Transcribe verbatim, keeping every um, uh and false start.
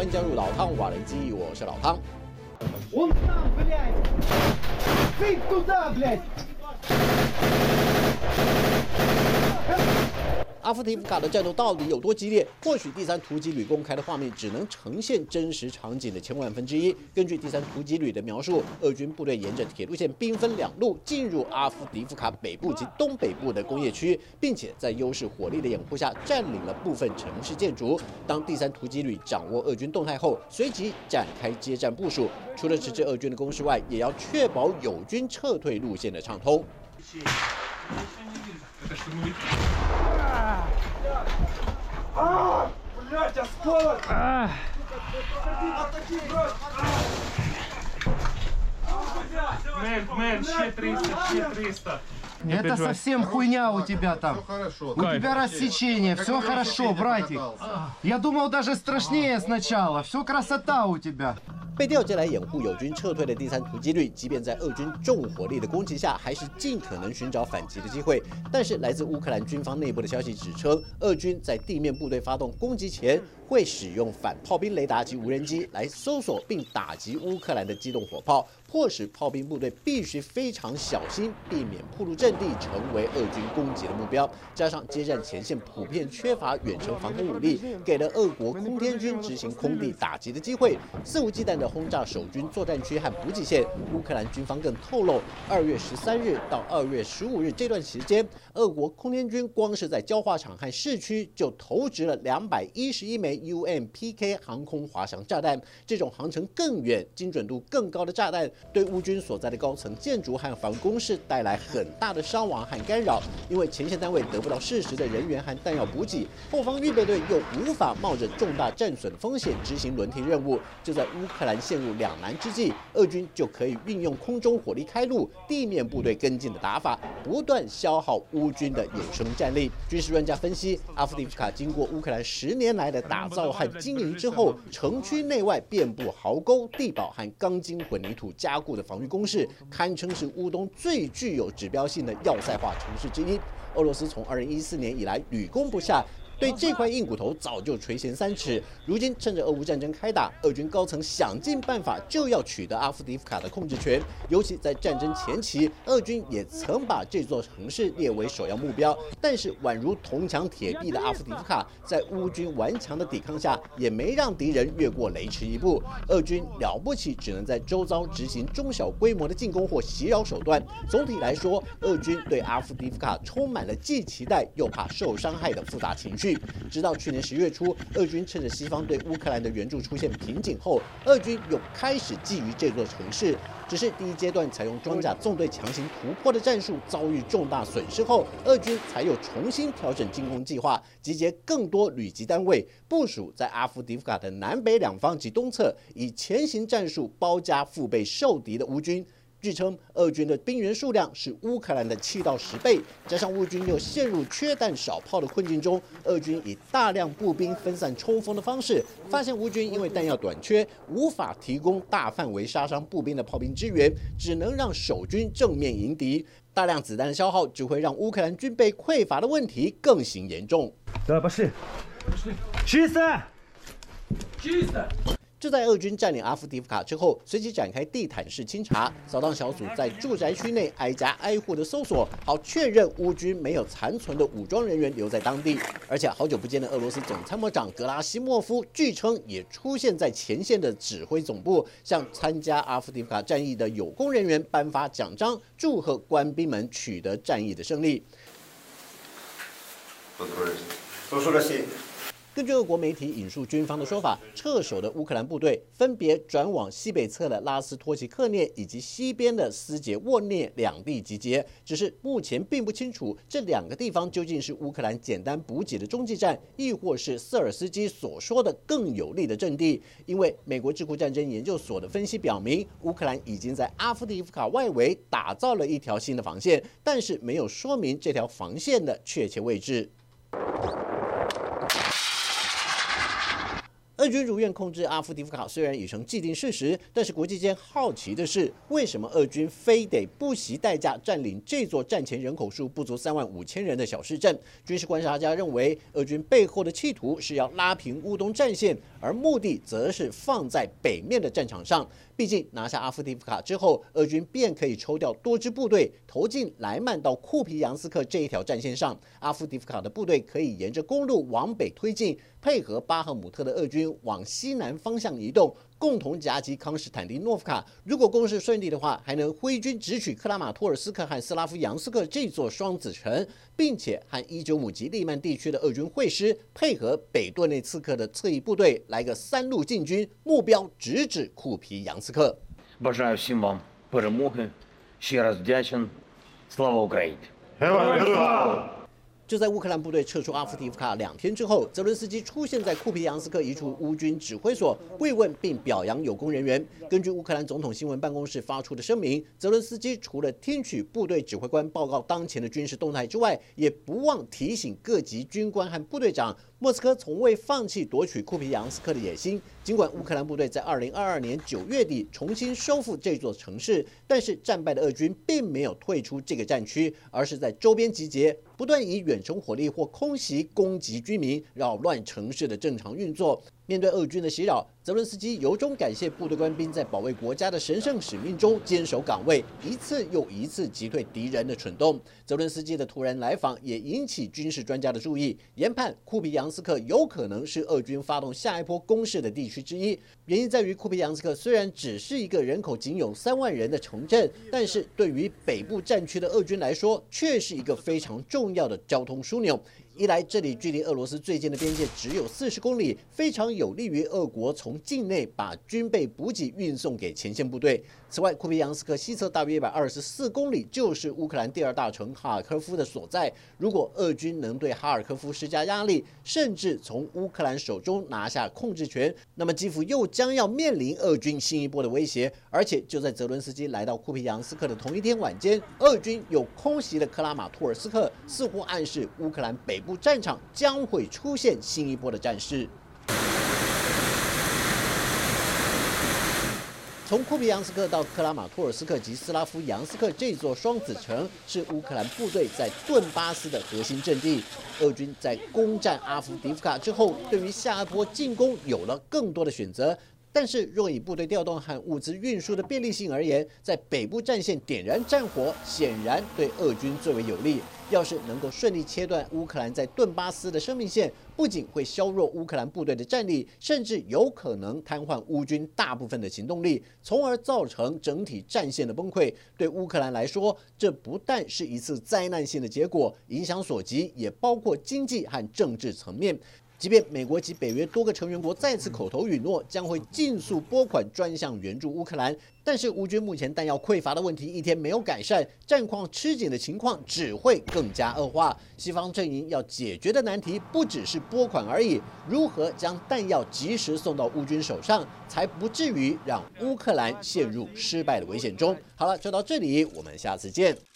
欢迎加入老汤瓦雷基，我是老汤。阿夫迪夫卡的战斗到底有多激烈？或许第三突击旅公开的画面只能呈现真实场景的千万分之一。根据第三突击旅的描述，俄军部队沿着铁路线兵分两路进入阿夫迪夫卡北部及东北部的工业区，并且在优势火力的掩护下占领了部分城市建筑。当第三突击旅掌握俄军动态后，随即展开接战部署。除了迟滞俄军的攻势外，也要确保友军撤退路线的畅通。 А, блядь, осколок! Мэн, мэн, ще триста, ще триста. Это совсем хуйня у тебя там. У тебя рассечение, все хорошо, братик. Я думал даже страшнее сначала. Все красота у тебя. 被调接来掩护友军撤退的第三突击旅，即便在俄军重火力的攻击下，还是尽可能寻找反击的机会。但是来自乌克兰军方内部的消息指称，俄军在地面部队发动攻击前，会使用反炮兵雷达及无人机来搜索并打击乌克兰的机动火炮，迫使炮兵部队必须非常小心，避免暴露阵地，成为俄军攻击的目标。加上接战前线普遍缺乏远程防空武力，给了俄国空天军执行空地打击的机会，肆无忌惮的轰炸守军作战区和补给线。乌克兰军方更透露，二月十三日到二月十五日这段期间，俄国空天军光是在焦化厂和市区就投掷了两百一十一枚 U M P K 航空滑翔炸弹。这种航程更远、精准度更高的炸弹，对乌军所在的高层建筑和防工事带来很大的伤亡和干扰。因为前线单位得不到适时的人员和弹药补给，后方预备队又无法冒着重大战损风险执行轮替任务。就在乌克兰陷入两难之际，俄军就可以运用空中火力开路、地面部队跟进的打法，不断消耗乌军的衍生战力。军事专家分析，阿夫迪夫卡经过乌克兰十年来的打造和经营之后，城区内外遍布壕沟、地堡和钢筋混凝土加固的防御工事，堪称是乌东最具有指标性的要塞化城市之一。俄罗斯从二零一四年以来屡攻不下，对这块硬骨头早就垂涎三尺。如今趁着俄乌战争开打，俄军高层想尽办法就要取得阿夫迪夫卡的控制权。尤其在战争前期，俄军也曾把这座城市列为首要目标。但是宛如铜墙铁壁的阿夫迪夫卡，在乌军顽强的抵抗下，也没让敌人越过雷池一步。俄军了不起，只能在周遭执行中小规模的进攻或袭扰手段。总体来说，俄军对阿夫迪夫卡充满了既期待又怕受伤害的复杂情绪。直到去年十月初，俄军趁着西方对乌克兰的援助出现瓶颈后，俄军又开始觊觎这座城市。只是第一阶段采用装甲纵队强行突破的战术遭遇重大损失后，俄军才又重新调整进攻计划，集结更多旅级单位，部署在阿夫迪夫卡的南北两方及东侧，以前行战术包夹腹背受敌的乌军。据称，俄军的兵员数量是乌克兰的七到十倍，加上乌军又陷入缺弹少炮的困境中，俄军以大量步兵分散冲锋的方式，发现乌军因为弹药短缺，无法提供大范围杀伤步兵的炮兵支援，只能让守军正面迎敌。大量子弹的消耗只会让乌克兰军备匮乏的问题更形严重。 Да, пошли. Чисто! Чисто! 就在俄军占领阿夫迪夫卡之后，随即展开地毯式清查，扫荡小组在住宅区内挨家挨户的搜索，好确认乌军没有残存的武装人员留在当地。而且好久不见的俄罗斯总参谋长格拉西莫夫，据称也出现在前线的指挥总部，向参加阿夫迪夫卡战役的有功人员颁发奖章，祝贺官兵们取得战役的胜利。根据俄国媒体引述军方的说法，撤守的乌克兰部队分别转往西北侧的拉斯托奇克涅以及西边的斯捷沃涅两地集结。只是目前并不清楚这两个地方究竟是乌克兰简单补给的中继站，亦或是瑟尔斯基所说的更有利的阵地。因为美国智库战争研究所的分析表明，乌克兰已经在阿夫迪夫卡外围打造了一条新的防线，但是没有说明这条防线的确切位置。 俄军如愿控制阿夫迪夫卡，虽然已成既定事实，但是国际间好奇的是，为什么俄军非得不惜代价占领这座战前人口数不足三万五千人的小市镇？军事观察家认为，俄军背后的企图是要拉平乌东战线，而目的则是放在北面的战场上。毕竟拿下阿夫迪夫卡之后，俄军便可以抽调多支部队投进莱曼到库皮扬斯克这一条战线上，阿夫迪夫卡的部队可以沿着公路往北推进，配合巴赫姆特的俄军往西南方向移动，共同夹击康士坦丁诺夫卡。如果攻势顺利的话，还能挥军直取克拉马托尔斯克和斯拉夫扬斯克这座双子城，并且和伊久姆及利曼地区的俄军会师，配合北顿内刺客的侧翼部队，来个三路进军，目标直指库皮扬斯克。 Бажаю всім вам перемоги. Ще раз вдячен. Слава Україні! 就在乌克兰部队撤出阿夫迪夫卡两天之后，泽伦斯基出现在库皮扬斯克一处乌军指挥所，慰问并表扬有功人员。根据乌克兰总统新闻办公室发出的声明，泽伦斯基除了听取部队指挥官报告当前的军事动态之外，也不忘提醒各级军官和部队长，莫斯科从未放弃夺取库皮扬斯克的野心。尽管乌克兰部队在二零二二年九月底重新收复这座城市，但是战败的俄军并没有退出这个战区，而是在周边集结，不断以远程火力或空袭攻击居民，扰乱城市的正常运作。面对俄军的袭扰，泽伦斯基由衷感谢部队官兵在保卫国家的神圣使命中坚守岗位，一次又一次击退敌人的蠢动。泽伦斯基的突然来访也引起军事专家的注意，研判库皮扬斯克有可能是俄军发动下一波攻势的地区之一。原因在于库皮扬斯克虽然只是一个人口仅有三万人的城镇，但是对于北部战区的俄军来说，却是一个非常重要的交通枢纽。一来，这里距离俄罗斯最近的边界只有四十公里，非常有利于俄国从境内把军备补给运送给前线部队。此外，库皮扬斯克西侧大约一百二十四公里就是乌克兰第二大城哈尔科夫的所在。如果俄军能对哈尔科夫施加压力，甚至从乌克兰手中拿下控制权，那么基辅又将要面临俄军新一波的威胁。而且就在泽伦斯基来到库皮扬斯克的同一天晚间，俄军又空袭了克拉马托尔斯克，似乎暗示乌克兰北部战场将会出现新一波的战事。从库皮扬斯克到克拉马托尔斯克及斯拉夫扬斯克这座双子城，是乌克兰部队在顿巴斯的核心阵地。俄军在攻占阿夫迪夫卡之后，对于下一波进攻有了更多的选择。但是，若以部队调动和物资运输的便利性而言，在北部战线点燃战火，显然对俄军最为有利。要是能够顺利切断乌克兰在顿巴斯的生命线，不仅会削弱乌克兰部队的战力，甚至有可能瘫痪乌军大部分的行动力，从而造成整体战线的崩溃。对乌克兰来说，这不但是一次灾难性的结果，影响所及也包括经济和政治层面。即便美国及北约多个成员国再次口头允诺将会尽速拨款专项援助乌克兰，但是乌军目前弹药匮乏的问题一天没有改善，战况吃紧的情况只会更加恶化。西方阵营要解决的难题不只是拨款而已，如何将弹药及时送到乌军手上，才不至于让乌克兰陷入失败的危险中。好了，就到这里，我们下次见。